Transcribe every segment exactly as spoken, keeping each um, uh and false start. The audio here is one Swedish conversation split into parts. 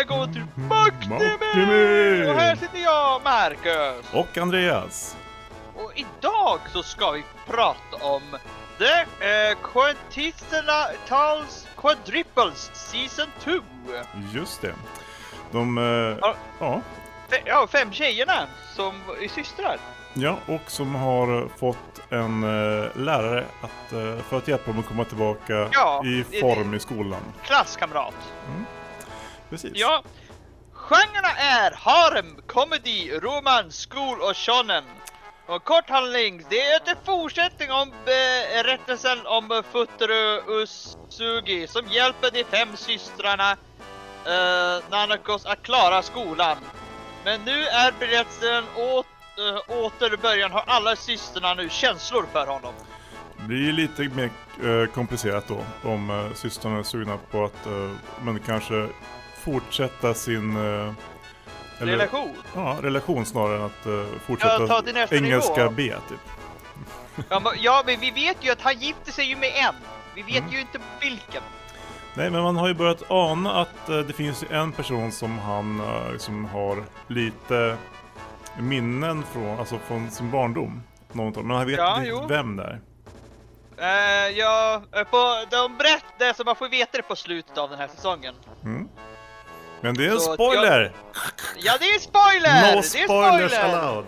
välkommen till Maktimi! Och här sitter jag, Marcus. Och Andreas. Och idag så ska vi prata om The eh, Quintessentals Quadruples Season två. Just det. De, eh, ja. ja. F- ja, fem tjejerna som är systrar. Ja, och som har fått en eh, lärare att, eh, för att hjälpa dem att komma tillbaka ja, i form i skolan. Klasskamrat. Mm. Precis. Ja. Genrerna är harem, comedy, romans, school och shonen. Och kort handling, det är en fortsättning om berättelsen om Futaro Usugi som hjälper de fem systrarna uh, Nanakos att klara skolan. Men nu är berättelsen åt, uh, åter i början, har alla systrarna nu känslor för honom. Det blir lite mer uh, komplicerat då om uh, systrarna är sugna på att uh, men kanske fortsätta sin uh, eller, relation. Ja, relation snarare än att uh, fortsätta ja, engelska nivå. B typ. ja, men, ja, men vi vet ju att han gifter sig ju med en. Vi vet mm. ju inte vilken. Nej, men man har ju börjat ana att uh, det finns en person som han uh, som har lite minnen från, alltså från sin barndom. Någonting. Men han vet ja, inte jo. vem det är. Uh, ja, på, de berättar så man får veta det på slutet av den här säsongen. Mm. Men det är en så spoiler! Jag... Ja, det är spoiler! No spoilers spoiler. allowed!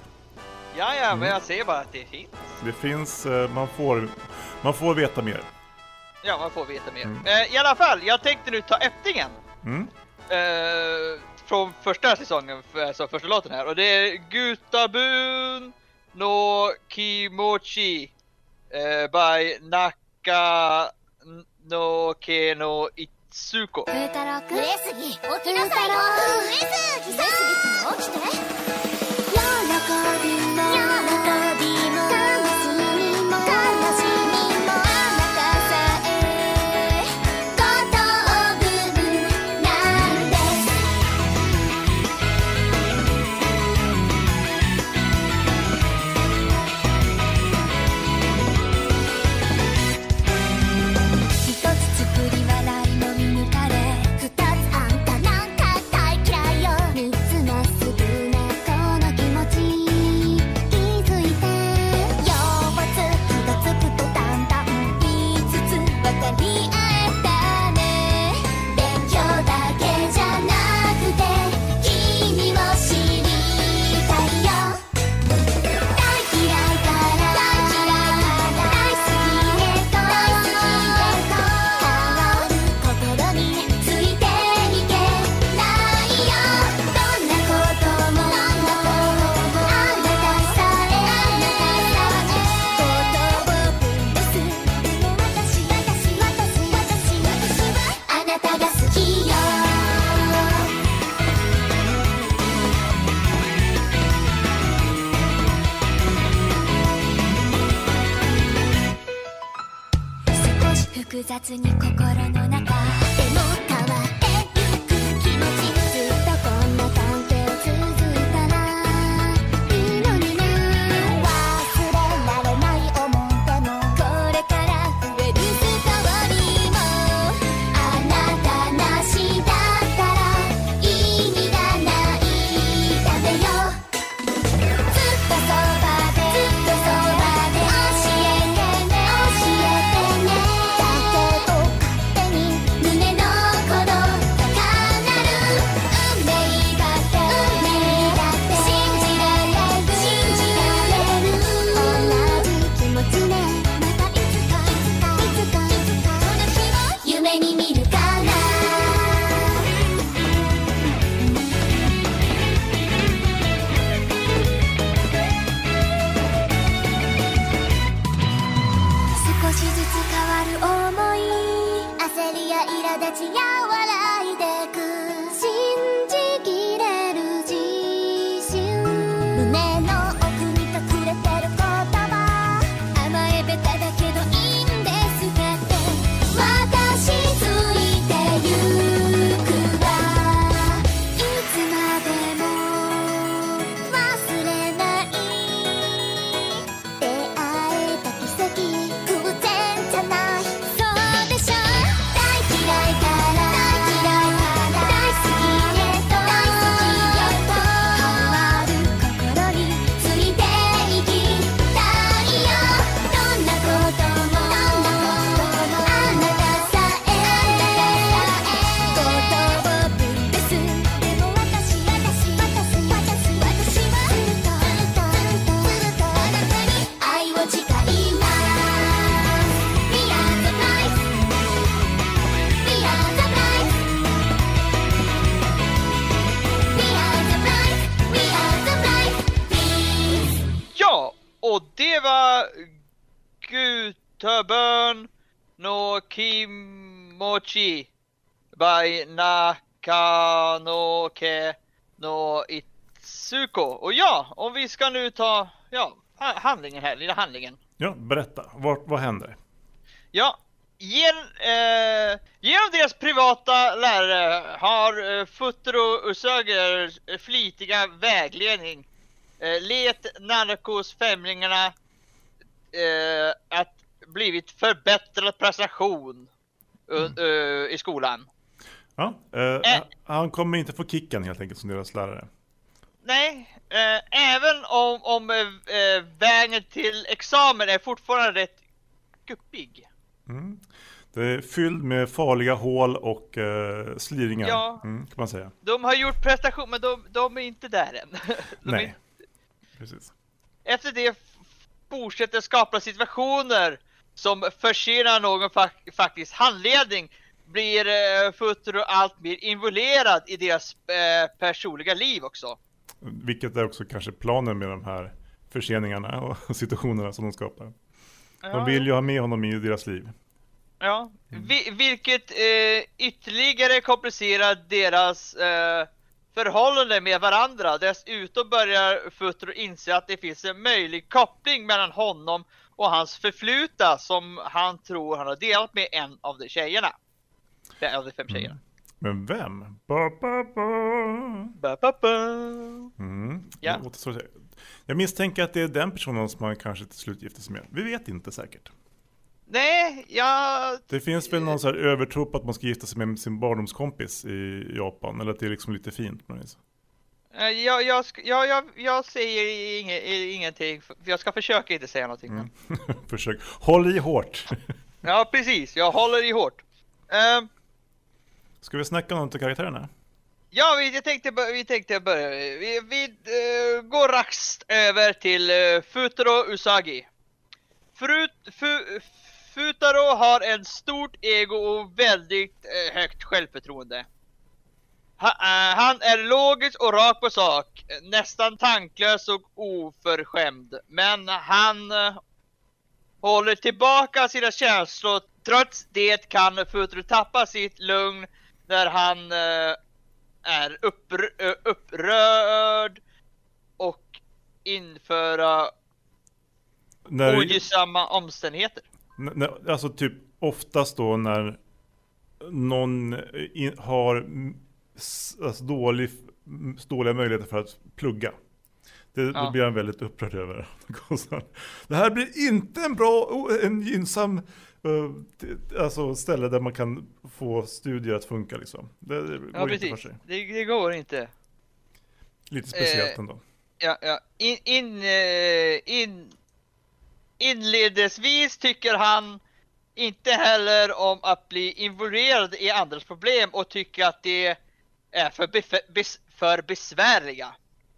Ja, ja, mm. men jag säger bara att det finns. Det finns, uh, man får man får veta mer. Ja, man får veta mer. Mm. Uh, I alla fall, jag tänkte nu ta öppningen. Mm. Uh, från första säsongen, alltså första låten här. Och det är Gutabun no Kimochi uh, by Naka no Keno Itsuko. Thank you. Stubborn no Kimochi by Nakanoke no Itsuko. Och ja, om vi ska nu ta ja, handlingen här, lilla handlingen. Ja, berätta. Vad, vad händer? Ja, gen, eh, genom deras privata lärare har eh, Futaro Usagi flitiga vägledning eh, let Nanakos främlingarna eh, att blivit förbättrad prestation mm. uh, i skolan. Ja, eh, äh, han kommer inte få kicken helt enkelt som deras lärare. Nej, eh, även om, om eh, vägen till examen är fortfarande rätt guppig. Mm. Det är fylld med farliga hål och eh, sliringar, ja, mm, kan man säga. De har gjort prestation, men de, de är inte där än. De Nej, är... precis. Efter det fortsätter skapa situationer som försenar någon fa- faktiskt handledning, blir eh, Futaro allt mer involverad i deras eh, personliga liv också. Vilket är också kanske planen med de här förseningarna och situationerna som de skapar. Ja. De vill ju ha med honom i deras liv. Ja, mm. Vi, vilket eh, ytterligare komplicerar deras eh, förhållande med varandra. Dessutom börjar Futaro inse att det finns en möjlig koppling mellan honom och hans förfluta som han tror han har delat med en av de tjejerna. En av de fem tjejerna. Mm. Men vem? Ba, ba, ba. Ba, ba, ba. Mm. Ja. Jag misstänker att det är den personen som man kanske till slut gifter sig med. Vi vet inte säkert. Nej, jag... Det finns väl någon så här övertro på att man ska gifta sig med sin barndomskompis i Japan. Eller att det är liksom lite fint på något vis. Jag, jag, jag, jag, jag säger inget, ingenting. Jag ska försöka inte säga någonting. Mm. Försök. Håll i hårt. Ja, precis. Jag håller i hårt. Um, Ska vi snacka om de karaktärerna? Ja, vi tänkte, vi tänkte börja. Vi, vi uh, går raskt över till uh, Futaro Usagi. Frut, fu, Futaro har en stort ego och väldigt uh, högt självförtroende. Ha, uh, han är logisk och rak på sak, nästan tanklös och oförskämd. Men han uh, håller tillbaka sina känslor. Trots det kan Futaro tappa sitt lugn när han uh, är upprö- uh, upprörd och införa när... ogynnsamma omständigheter. N- alltså typ oftast då när någon in- har alltså dålig, dåliga möjligheter för att plugga. Det, ja. Då blir han väldigt upprörd över. Det här blir inte en bra, en gynnsam uh, alltså ställe där man kan få studier att funka liksom. Det, det går ja, inte för sig. Det, det går inte. Lite speciellt eh, ändå. Ja, ja. In, in, uh, in, inledningsvis tycker han inte heller om att bli involverad i andras problem och tycker att det är för, bef- bes- för besvärliga.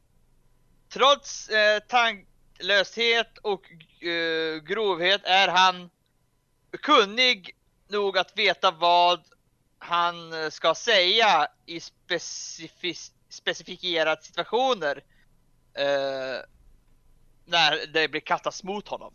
Trots eh, tanklöshet och eh, grovhet är han kunnig nog att veta vad han ska säga i specif- specifikerade situationer eh, när det blir kastas mot honom.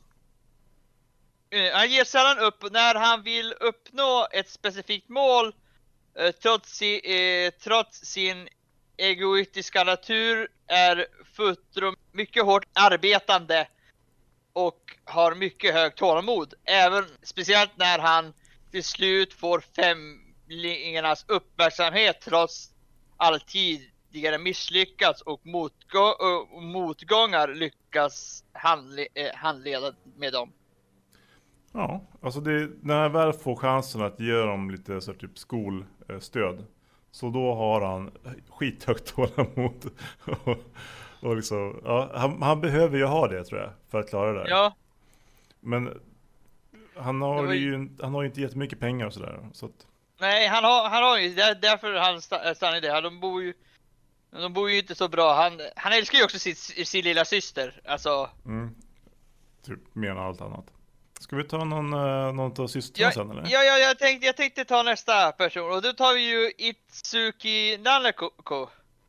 Eh, han ger sällan upp när han vill uppnå ett specifikt mål eh, trots, si, eh, trots sin egoistiska natur är Futaro mycket hårt arbetande och har mycket hög tålamod. Även speciellt när han till slut får femlingarnas uppmärksamhet trots all tidigare misslyckats och motgå- och motgångar lyckas handle- eh, handleda med dem. Ja, alltså det, när han väl får chansen att ge dem lite så här, typ skolstöd. Så då har han skithögt tålamod och, och liksom, ja, han, han behöver ju ha det tror jag för att klara det där. Ja. Men han har ju... ju han har ju inte jättemycket pengar och sådär. Så att... Nej, han har, han har ju, där, därför han stannar i det. De bor ju, de bor ju inte så bra. Han, han älskar ju också sin, sin lilla syster. Alltså... Mm. Typ mer än allt annat. Ska vi ta någon, uh, någon av systrarna ja, sen eller? Ja, ja jag, tänkte, jag tänkte ta nästa person. Och då tar vi ju Itsuki Nanako.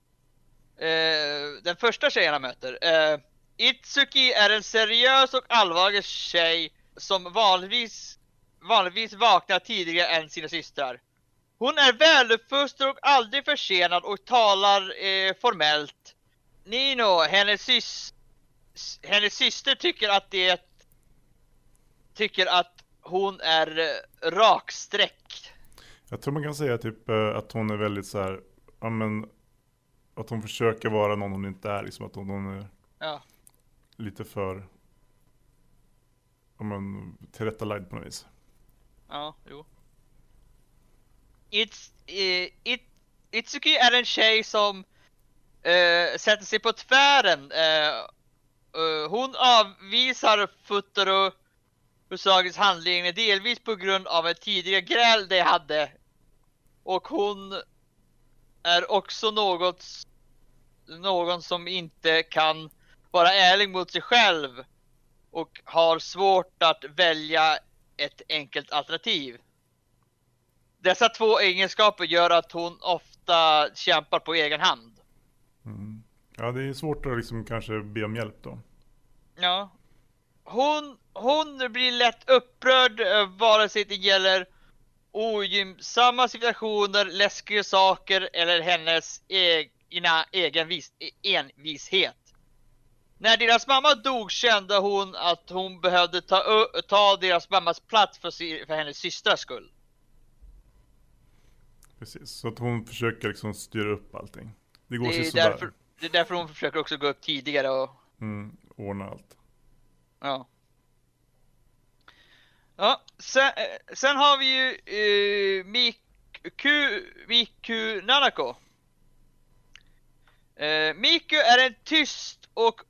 Eh, den första tjejen han möter. Eh, Itsuki är en seriös och allvarlig tjej som vanligtvis, vanligtvis vaknar tidigare än sina systrar. Hon är väluppfostrad och aldrig försenad och talar eh, formellt. Nino, hennes, sys hennes syster tycker att det tycker att hon är eh, raksträck. Jag tror man kan säga typ eh, att hon är väldigt så här, ja men att hon försöker vara någon hon inte är, liksom att hon, hon är ja. lite för, ja men tillrättalagd på något vis. Ja, jo. It's, uh, it, Itsuki är en tjej som uh, sätter sig på tvären. Uh, uh, hon avvisar Futaro Usages handling delvis på grund av ett tidigare gräl de hade. Och hon är också något, någon som inte kan vara ärlig mot sig själv och har svårt att välja ett enkelt alternativ. Dessa två egenskaper gör att hon ofta kämpar på egen hand. Mm. Ja, det är svårt att liksom kanske be om hjälp då. Ja. Hon, hon blir lätt upprörd vare sig det gäller ogynnsamma situationer, läskiga saker eller hennes egna egen vis, envishet. När deras mamma dog kände hon att hon behövde ta, ta deras mammas plats för, för hennes systers skull. Precis, så att hon försöker liksom styra upp allting. Det går det sig är sådär. därför, det är därför hon försöker också gå upp tidigare och mm, ordna allt. ja. Ja, sen, sen har vi ju uh, Miku, Miku Nanako. Uh, Miku är en tyst och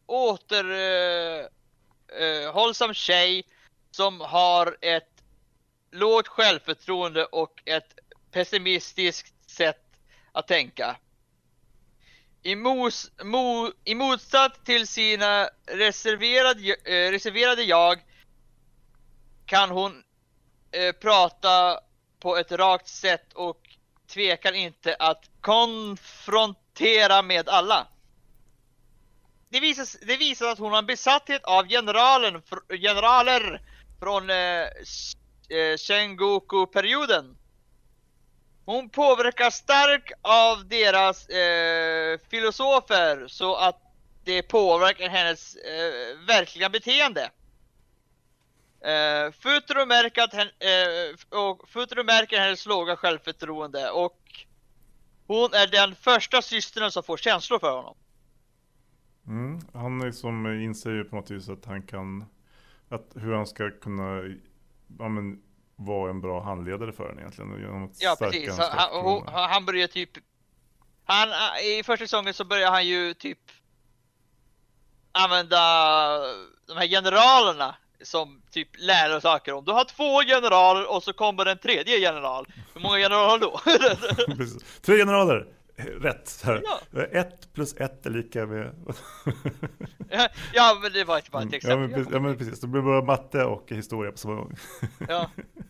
återhållsam uh, uh, tjej som har ett lågt självförtroende och ett pessimistiskt sätt att tänka. I, mos, mo, i motsats till sina reserverade, uh, reserverade jag kan hon eh, prata på ett rakt sätt och tvekar inte att konfrontera med alla. Det visar, det visar att hon har en besatthet av generalen, fr, generaler från eh, Sengoku-perioden. Hon påverkar starkt av deras eh, filosofer så att det påverkar hennes eh, verkliga beteende. Uh, Futaro märker att hen, uh, och Futaro märker hennes låga självförtroende och hon är den första systern som får känslor för honom. Mm, han liksom inser ju på något vis att han kan, att hur han ska kunna, ja, men, vara en bra handledare för henne egentligen. Genom att ja, precis. Han, han, han börjar typ, han, i första säsongen så börjar han ju typ använda de här generalerna som typ lär och saker om. Du har två generaler och så kommer en tredje general. Hur många generaler då? Tre generaler. Rätt. Här. Ja. Ett plus ett är lika med... ja, men det var inte bara ett exempel. Ja, men, ja, men precis. Det blir bara matte och historia på samma gång. ja.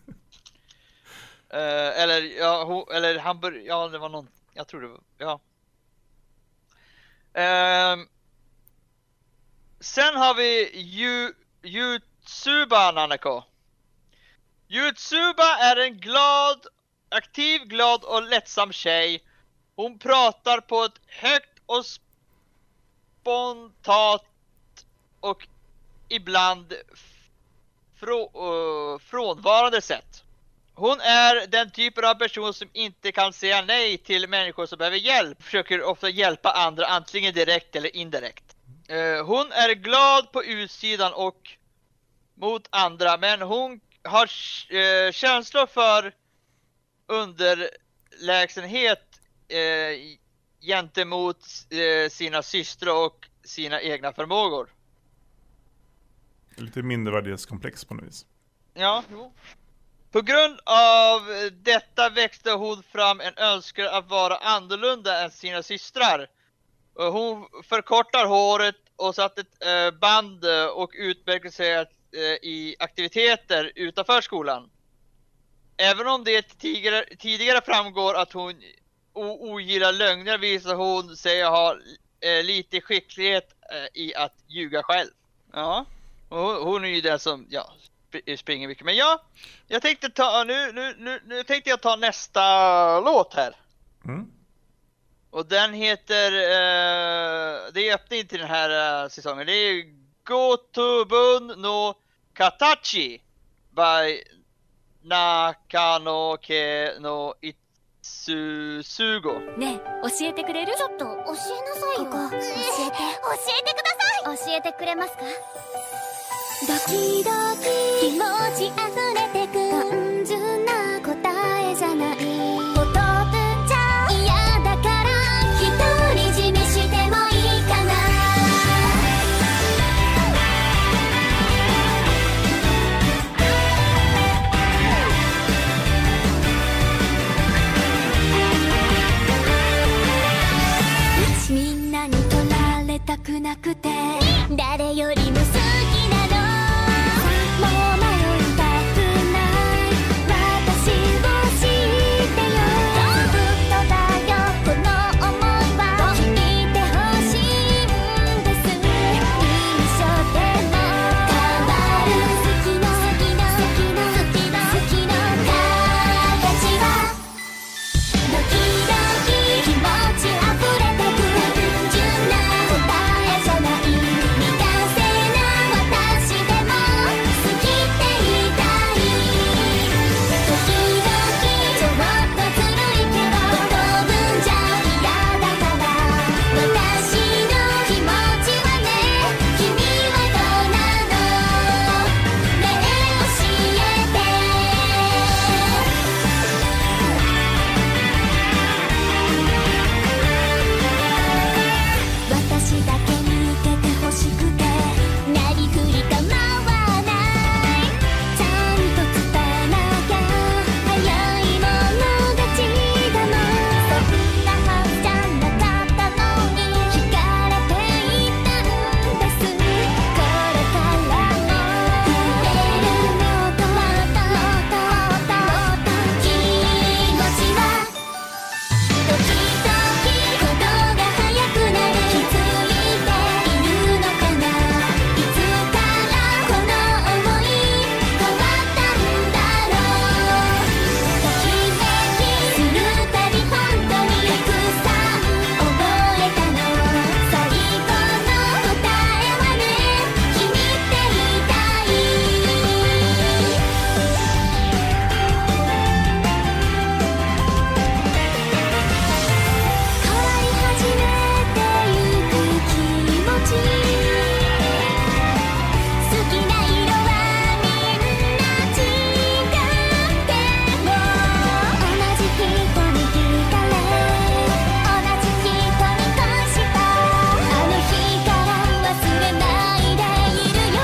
Uh, eller, ja, ho, eller han bör, ja, det var någon... Jag tror det var... Ja. Uh, sen har vi ju... Yutsuba Nanako. Yutsuba är en glad, aktiv, glad och lättsam tjej. Hon pratar på ett högt och spontant och ibland frå, uh, frånvarande sätt. Hon är den typen av person som inte kan säga nej till människor som behöver hjälp. Försöker ofta hjälpa andra antingen direkt eller indirekt. Uh, hon är glad på utsidan och mot andra, men hon har uh, känslor för underlägsenhet uh, gentemot uh, sina systrar och sina egna förmågor. Lite mindervärdighetskomplex på något vis. Ja, jo. På grund av detta växte hon fram en önskan att vara annorlunda än sina systrar. Hon förkortar håret och satte ett band och utmärker sig i aktiviteter utanför skolan. Även om det tidigare, tidigare framgår att hon ogillar lögner visar hon sig ha lite skicklighet i att ljuga själv. Ja, och hon är ju den som, ja, sp- springer mycket. Men ja, jag tänkte ta nu, nu, nu, nu tänkte jag ta nästa låt här. Mm. Och den heter, uh, det är öppning till den här uh, säsongen. Det är Gotobun no Katachi by Nakanoke no Itsusugo. ねえ教えてくれる？ちょっと教えなさいよ。ここ教えて教えてください。教えてくれますか？ドキドキ気持ちあふれてく単純な答えじゃない。言葉じゃ嫌だから独り占めしてもいいかな。みんなに取られたくなくて誰よりも好きなの。もう迷いたくない私を知ってよ。ずっとだよこの想いは聞いてほしいんです。一緒でも変わる好きの好きの好きの好きの好きの形はドキドキ気持ちあふれてくる単純な答えじゃない。未完成な私でも好きって言いたい。時々ちょっとずるいけど飛ぶんじゃ嫌だから私の気持ちはね。君はどうなの？ねえ教えて。私だけ見ててほしくてなりふり構わないちゃんと伝えなきゃ早い者勝ちだもん。そんなはずじゃなかったのに惹かれていたんです。これからも触れるもっともっともっともっと気持ちはドキドキ鼓動が速くなる。気づいているのかな？いつからこの想い変わったんだろう。ときめきするたび本当にたくさん覚えたの。最後の答えはね君って言いたい。変わり始めてゆく気持ち好きな色はみんな違っても同じ人に惹かれ同じ人に恋したあの日から忘れないでいるよ。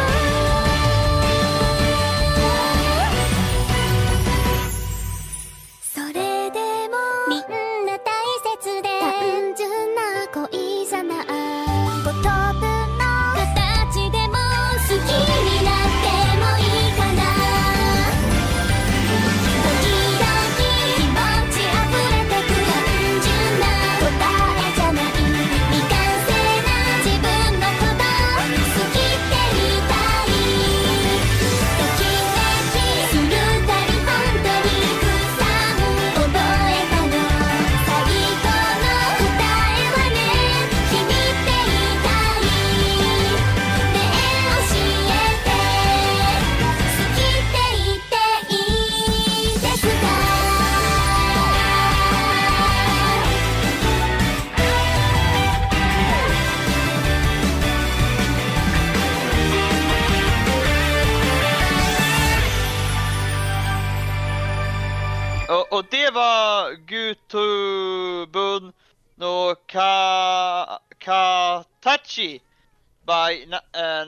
それでもみんな大切で単純な恋じゃない。言葉の形でも好きになってもいいかな。時々気持ちあふれてく単純な答えじゃない。未完成な自分のこと好きって言いたい。ときめきするたび本当にたくさん覚えたの。最後の答えはね君って言いたい。ねえ教えて好きって言っていいですか？ Och, och det var Gotobun no Ka, Katachi by na, eh,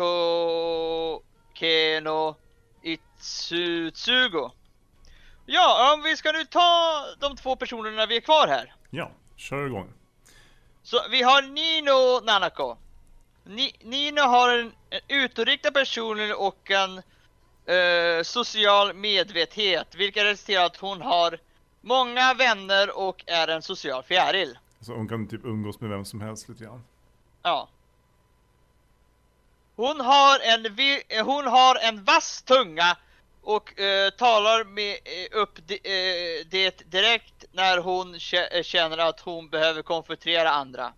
Nanakoke no Itsusugo. Ja, om vi ska nu ta de två personerna vi är kvar här. Ja, kör igång. Så vi har Nino Nanako. Ni, Nino har en, en utåtriktad personlighet och en eh, social medvetenhet, vilket resulterar att hon har många vänner och är en social fjäril. Så hon kan typ umgås med vem som helst lite grann. Ja. hon har en vi, hon har en vass tunga och uh, talar med uh, upp de, uh, det direkt när hon k- känner att hon behöver konfrontera andra.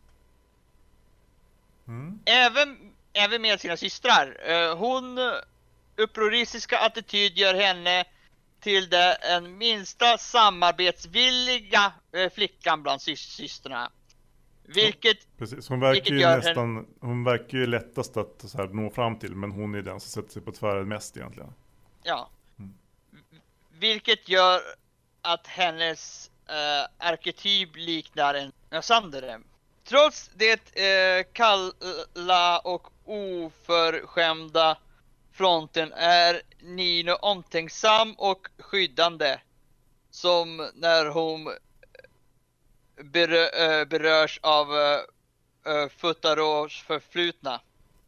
Mm. Även även med sina systrar. Uh, hon upproristiska attityd gör henne till den minsta samarbetsvilliga uh, flickan bland sy- systrarna. Vilket Precis, hon verkar ju gör nästan henne... hon verkar ju lättast att så här, nå fram till, men hon är den som sätter sig på tvären mest egentligen. Ja. Mm. Vilket gör att hennes uh, arketyp liknar en Sandere. Trots det uh, kalla och oförskämda fronten är Nino omtänksam och skyddande, som när hon berö- berörs av uh, Futaros förflutna.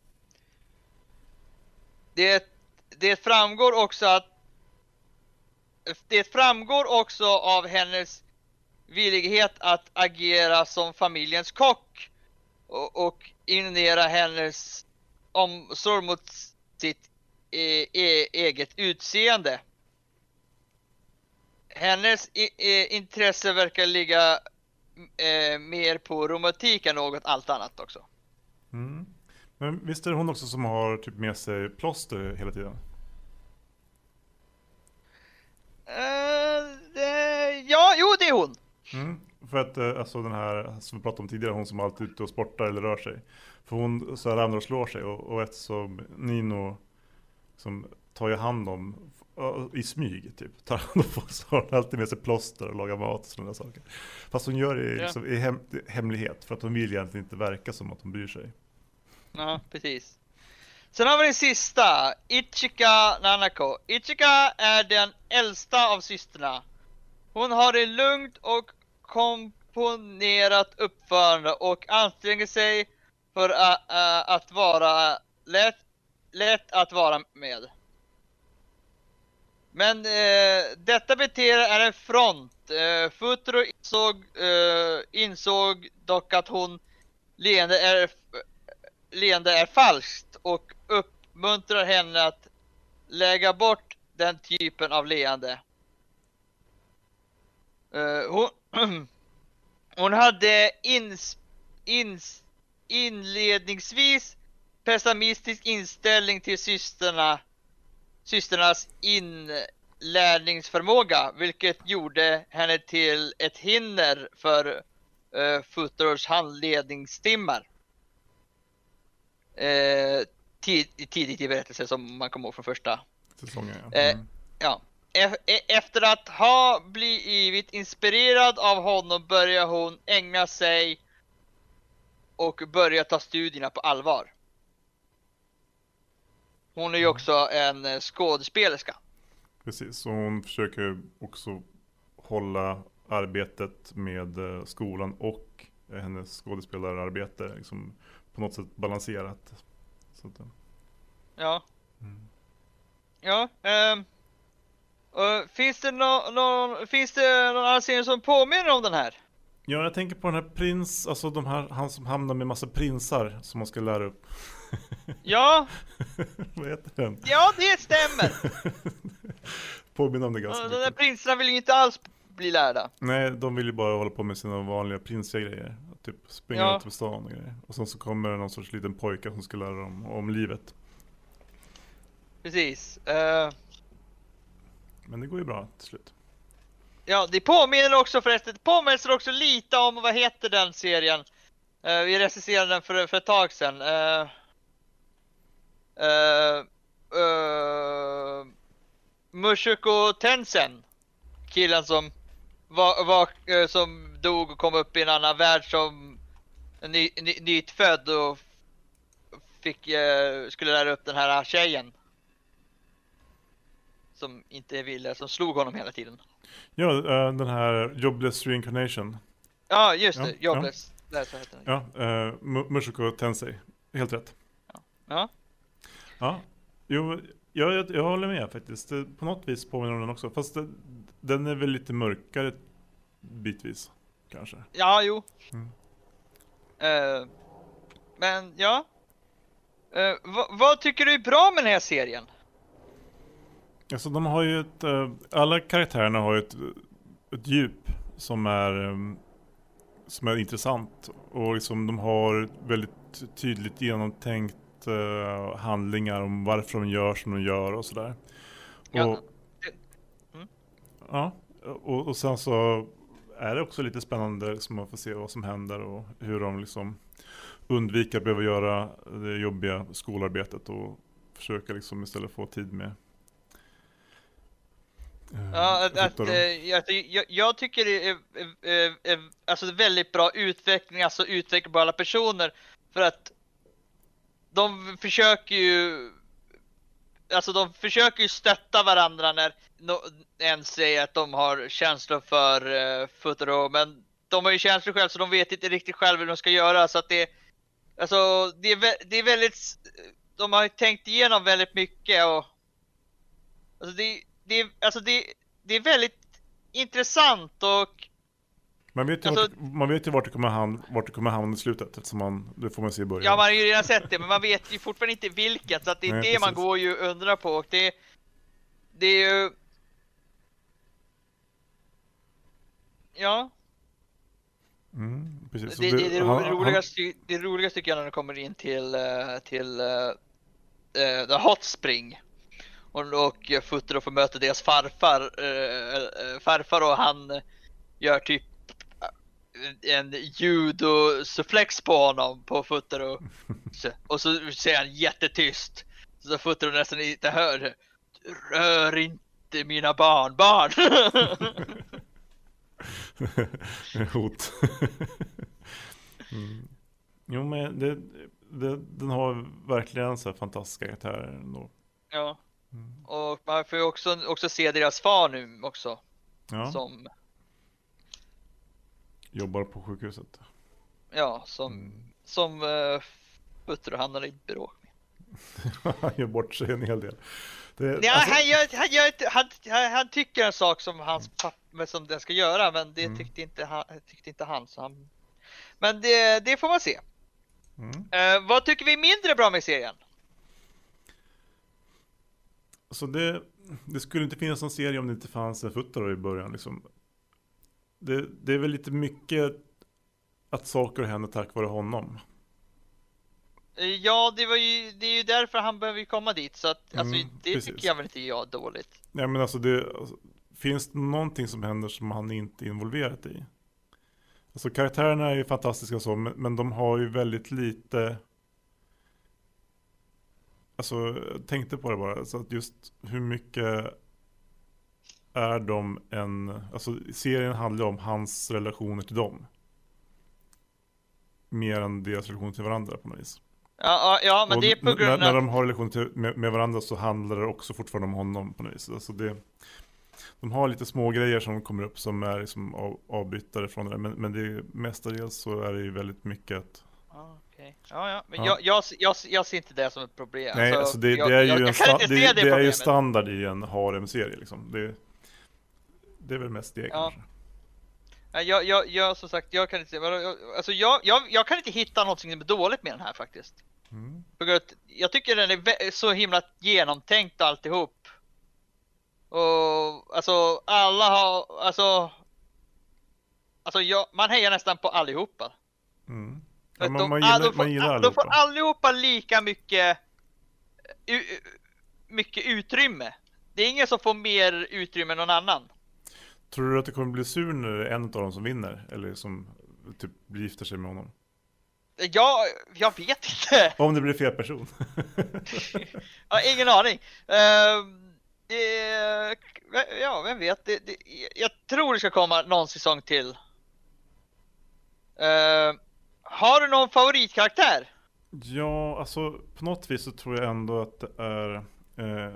Det, det framgår också att det framgår också av hennes villighet att agera som familjens kock och, och inera hennes omsorg mot sitt e- e- eget utseende. Hennes i- e- intresse verkar ligga e- mer på romantik än något allt annat också. Mm. Men visst är det hon också som har typ med sig plåster hela tiden? Uh, det, ja, jo det är hon. Mm. För att uh, alltså den här som vi pratade om tidigare, hon som alltid är ute och sportar eller rör sig. För hon så här ramlar och slår sig, och, och ett som Nino som tar ju hand om uh, i smyg typ. Tar hand om, så har hon alltid med sig plåster och lagar mat och sådana saker. Fast hon gör det Ja. liksom, i hem, hemlighet, för att hon vill egentligen inte verka som att hon bryr sig. Ja, precis. Sen har vi den sista, Ichika Nanako. Ichika är den äldsta av systrarna. Hon har ett lugnt och komponerat uppförande och anstränger sig för att, uh, att vara lätt, lätt att vara med. Men uh, detta beteende är en front. Uh, Futuro insåg, uh, insåg dock att hon leende är leende är falskt och uppmuntrar henne att lägga bort den typen av leende. Uh, hon, hon hade ins, ins, inledningsvis pessimistisk inställning till systrarna, systrarnas inlärningsförmåga, vilket gjorde henne till ett hinder för uh, Futuros handledningstimmar. Eh, tid, tidigt i berättelsen som man kommer ihåg från första säsongen. Ja. Eh, Mm. ja. E- efter att ha blivit inspirerad av honom börjar hon ägna sig och börja ta studierna på allvar. Hon är ju också en eh, skådespelerska. Precis, så hon försöker också hålla arbetet med eh, skolan och eh, hennes skådespelararbete liksom på något sätt balanserat. Så att, Ja. mm. Ja. ehm, och finns det någon, någon finns det någon annan serie som påminner om den här? Ja, jag tänker på den här prins, alltså de här, han som hamnar med massa prinsar som man ska lära upp. Ja. Vad heter den? Ja, det stämmer. Påminner om det ganska De där mycket. prinsarna vill ju inte alls bli lärda. Nej, de vill ju bara hålla på med sina vanliga prinsiga grejer. Typ springa Ja. runt på stan och grejer. Och sen så kommer det någon sorts liten pojke som ska lära dem om livet. Precis. Uh, Men det går ju bra till slut. ja, det påminner också förresten. Det påminner också lite om, vad heter den serien? Uh, vi recenserade den för, för ett tag sedan. Uh, uh, uh, Mushoku Tensei. Killen som var, var, uh, som dog och kom upp i en annan värld som ny, ny, nytfödd och fick, uh, skulle lära upp den här tjejen. Som inte ville, som slog honom hela tiden. Ja, äh, den här Jobless Reincarnation. Ja, just Ja, det. Jobless. Ja. Där så heter den. Ja, äh, Mushoku Tensei. Helt rätt. Ja. Ja, jo, jag, jag, jag håller med faktiskt. Det, på något vis påminner om den också. Fast det, den är väl lite mörkare bitvis, kanske. Ja, jo. Mm. Uh, men ja. Uh, vad, vad tycker du är bra med den här serien? Alltså de har ju ett, uh, alla karaktärerna har ju ett, ett djup som är um, som är intressant, och liksom de har väldigt tydligt genomtänkt uh, handlingar om varför de gör som de gör och sådär. Ja. Och, Mm. ja, och, och sen så är det också lite spännande liksom, att få se vad som händer och hur de liksom undviker att behöva göra det jobbiga skolarbetet och försöka liksom istället få tid med. Uh, Ja, att, att, äh, jag, jag, jag tycker det är, är, är, är alltså väldigt bra utveckling, alltså utveckling på alla personer, för att de försöker ju alltså de försöker ju stötta varandra när no, en säger att de har känslor för uh, Futaro, men de har ju känslor själv så de vet inte riktigt själva hur de ska göra, så att det alltså det är, det är väldigt, de har tänkt igenom väldigt mycket, och alltså det det är, alltså det, det är väldigt intressant, och man vet ju alltså, vart, man vet ju vart det kommer hamna, vart det kommer hamna i slutet, eftersom man, det får man se i början. Ja, man har ju redan sett det, men man vet ju fortfarande inte vilket, så att det är Nej, det precis. man går ju undrar på, och det det är ju ja. Mm, precis. Det, det, det, det, han, roligaste, han... det roligaste tycker jag när det kommer in till till uh, The Hot Spring. Och, och Futaro får möta deras farfar äh, farfar och han gör typ en judo-suplex på honom, på Futaro. Och så säger han jättetyst, så Futaro nästan inte hör: rör inte mina barnbarn. Hot. mm. Jo, men det, det, den har verkligen så här fantastiska karaktärer ändå. Ja. Mm. Och man får ju också, också se deras far nu också. Ja. Som jobbar på sjukhuset. Ja, som mm. som uh, Futaro hamnar i bråk med. Han gör bort sig en hel del. Det, ja, alltså... han, gör, han, gör, han, han, han tycker en sak som hans pappa som den ska göra, men det mm. tyckte inte han, tyckte inte han, så han... Men det, det får man se. Mm. Uh, vad tycker vi är mindre bra med serien? Så det, det skulle inte finnas någon serie om det inte fanns en Futaro i början. Liksom. Det, det är väl lite mycket att saker händer tack vare honom. Ja, det var ju, det är ju därför han behöver komma dit. Så att, alltså, mm, det precis. tycker jag väl inte jag dåligt. Nej, men alltså, det, alltså finns det någonting som händer som han inte är involverad i? Alltså karaktärerna är ju fantastiska så, men, men de har ju väldigt lite... Alltså, jag tänkte på det bara. Så att just hur mycket är de en... Alltså, serien handlar om hans relationer till dem. Mer än deras relationer till varandra på något vis. Ja, ja, men och det är på grund när, av... när de har relationer till, med, med varandra så handlar det också fortfarande om honom på något vis. Alltså det, de har lite små grejer som kommer upp som är liksom av, avbytare från det där. Men, men det är, mestadels så är det ju väldigt mycket att... Okay. Ja, ja. Men ja. Jag, jag, jag, jag ser inte det som ett problem. Nej, alltså, alltså det, jag, det är ju, jag, en jag sta- det, det, det, det är ju standard i en harem-serie liksom. Det, det är väl mest det ja. kanske. Jag, jag, jag, som sagt, jag kan inte, alltså jag, jag, jag kan inte hitta någonting som är dåligt med den här faktiskt. Mm. För att jag tycker den är så himla genomtänkt alltihop. Och alltså alla har, alltså, alltså jag, man hejar nästan på allihopa. Mm. Ja, man, de, man, gillar, de, får, man gillar de allihopa. får allihopa lika mycket, mycket utrymme. Det är ingen som får mer utrymme än någon annan. Tror du att det kommer bli sur när det är en av dem som vinner? Eller som typ gifter sig med honom? Ja, jag vet inte. Om det blir fel person. Ja, ingen aning. Uh, det, ja, vem vet. Det, det, jag tror det ska komma någon säsong till. Uh, har du någon favoritkaraktär? Ja, alltså på något vis så tror jag ändå att det är uh,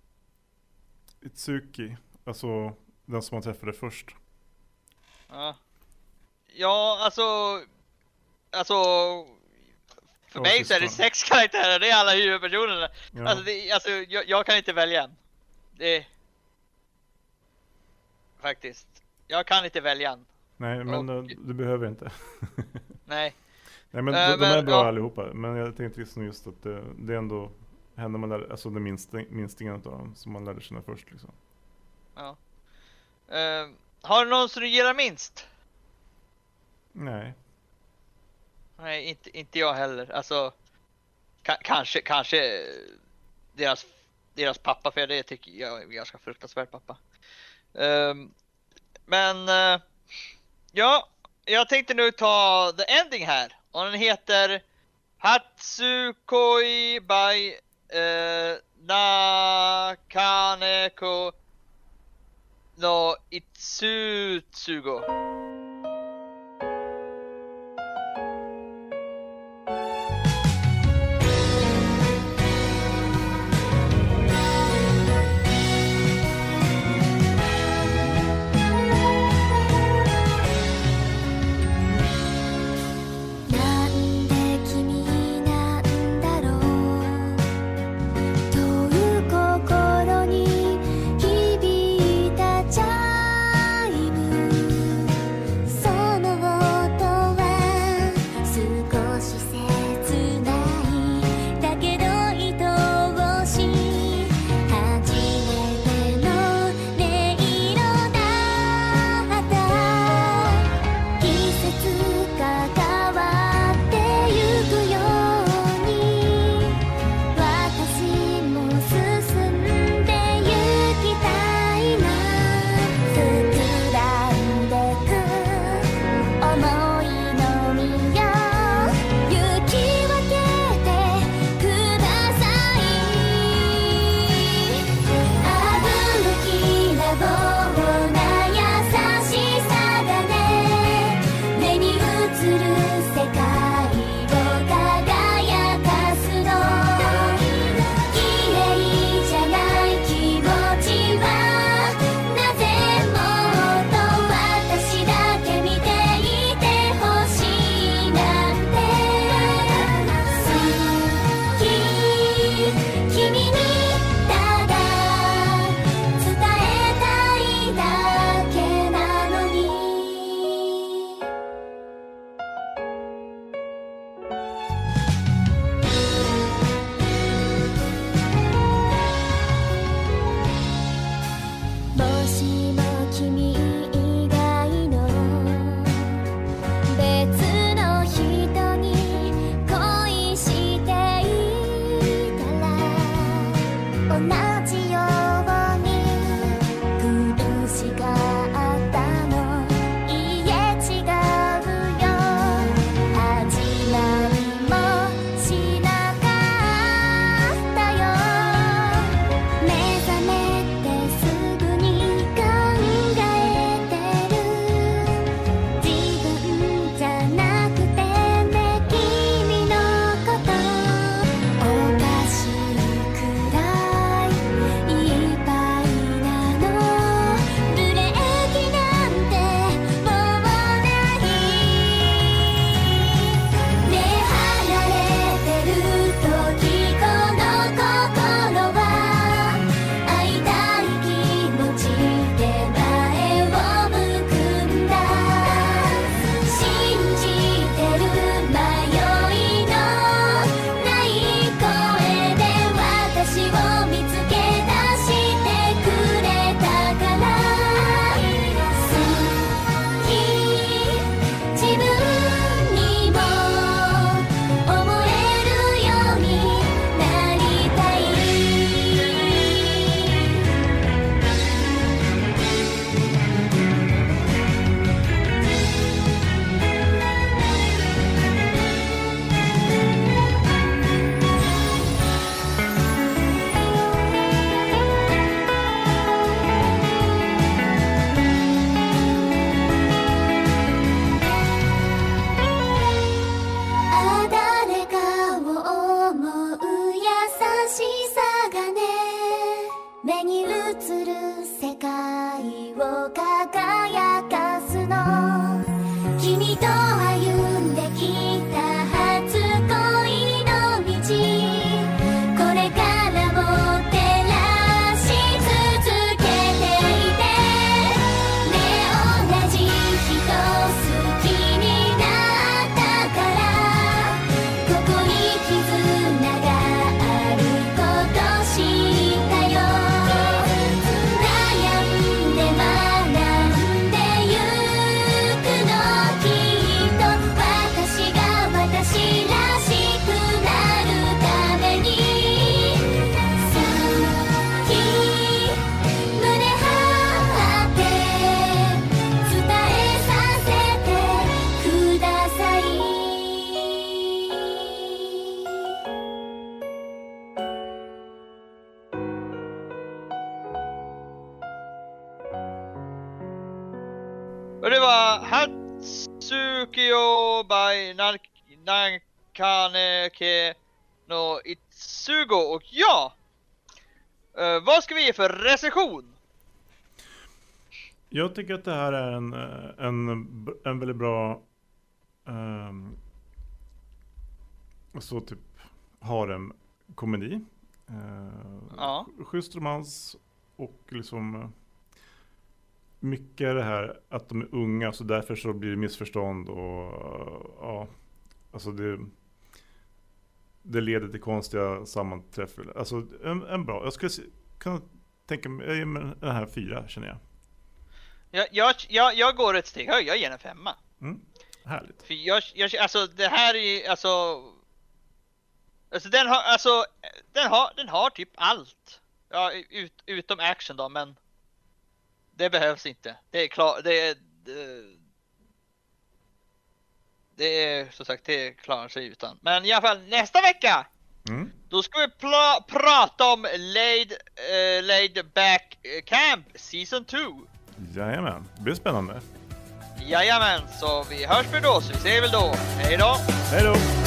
Itsuki. Alltså... Den som man träffade först. Ja. Ja, alltså... Alltså... För ja, mig så är det sex karaktärer. Det är alla huvudpersonerna. Ja. Alltså, det, alltså jag, jag kan inte välja en. Det... Faktiskt. Jag kan inte välja en. Nej, men Och... du behöver inte. Nej. Nej, men äh, de, de men, är bra ja. allihopa. Men jag tänkte liksom just att det, det är ändå henne man lär, alltså den minst, minstingen av dem som man lärde känna först liksom. Ja. Uh, har du någon som du gillar minst? Nej. Nej, inte, inte jag heller. Alltså, ka- kanske, kanske deras, deras pappa, för det tycker jag är en ganska fruktansvärd pappa. Um, men, uh, ja, jag tänkte nu ta the ending här. Och den heter Hatsukoi by uh, Nakaneko no Itsutsugo. 「 Hatsukyo by Nankaneke no Itsugo. Och ja, uh, vad ska vi ge för recension? Jag tycker att det här är en, en, en väldigt bra um, så typ harem-komedi. Uh, ja. Schysst romans och liksom mycket är det här att de är unga, så därför så blir det missförstånd och ja, alltså det det leder till konstiga sammanträffar. Alltså en, en bra, jag skulle kunna tänka mig, jag ger mig den här fyra, känner jag. Jag, jag, jag, jag går ett steg högre, jag ger en femma. Mm, härligt. För jag, jag, alltså det här är, alltså Alltså den har, alltså den har, den har typ allt. Ja, ut, utom action då, men det behövs inte. Det är klart, det är det, det är som sagt, det klarar sig utan. Men i alla fall nästa vecka. Mm. Då ska vi pla- prata om Laid uh, Laid Back Camp Season två. Jajamän, det blir spännande. Jajamän, så vi hörs väl då, så vi ses väl då. Hej då. Hej då.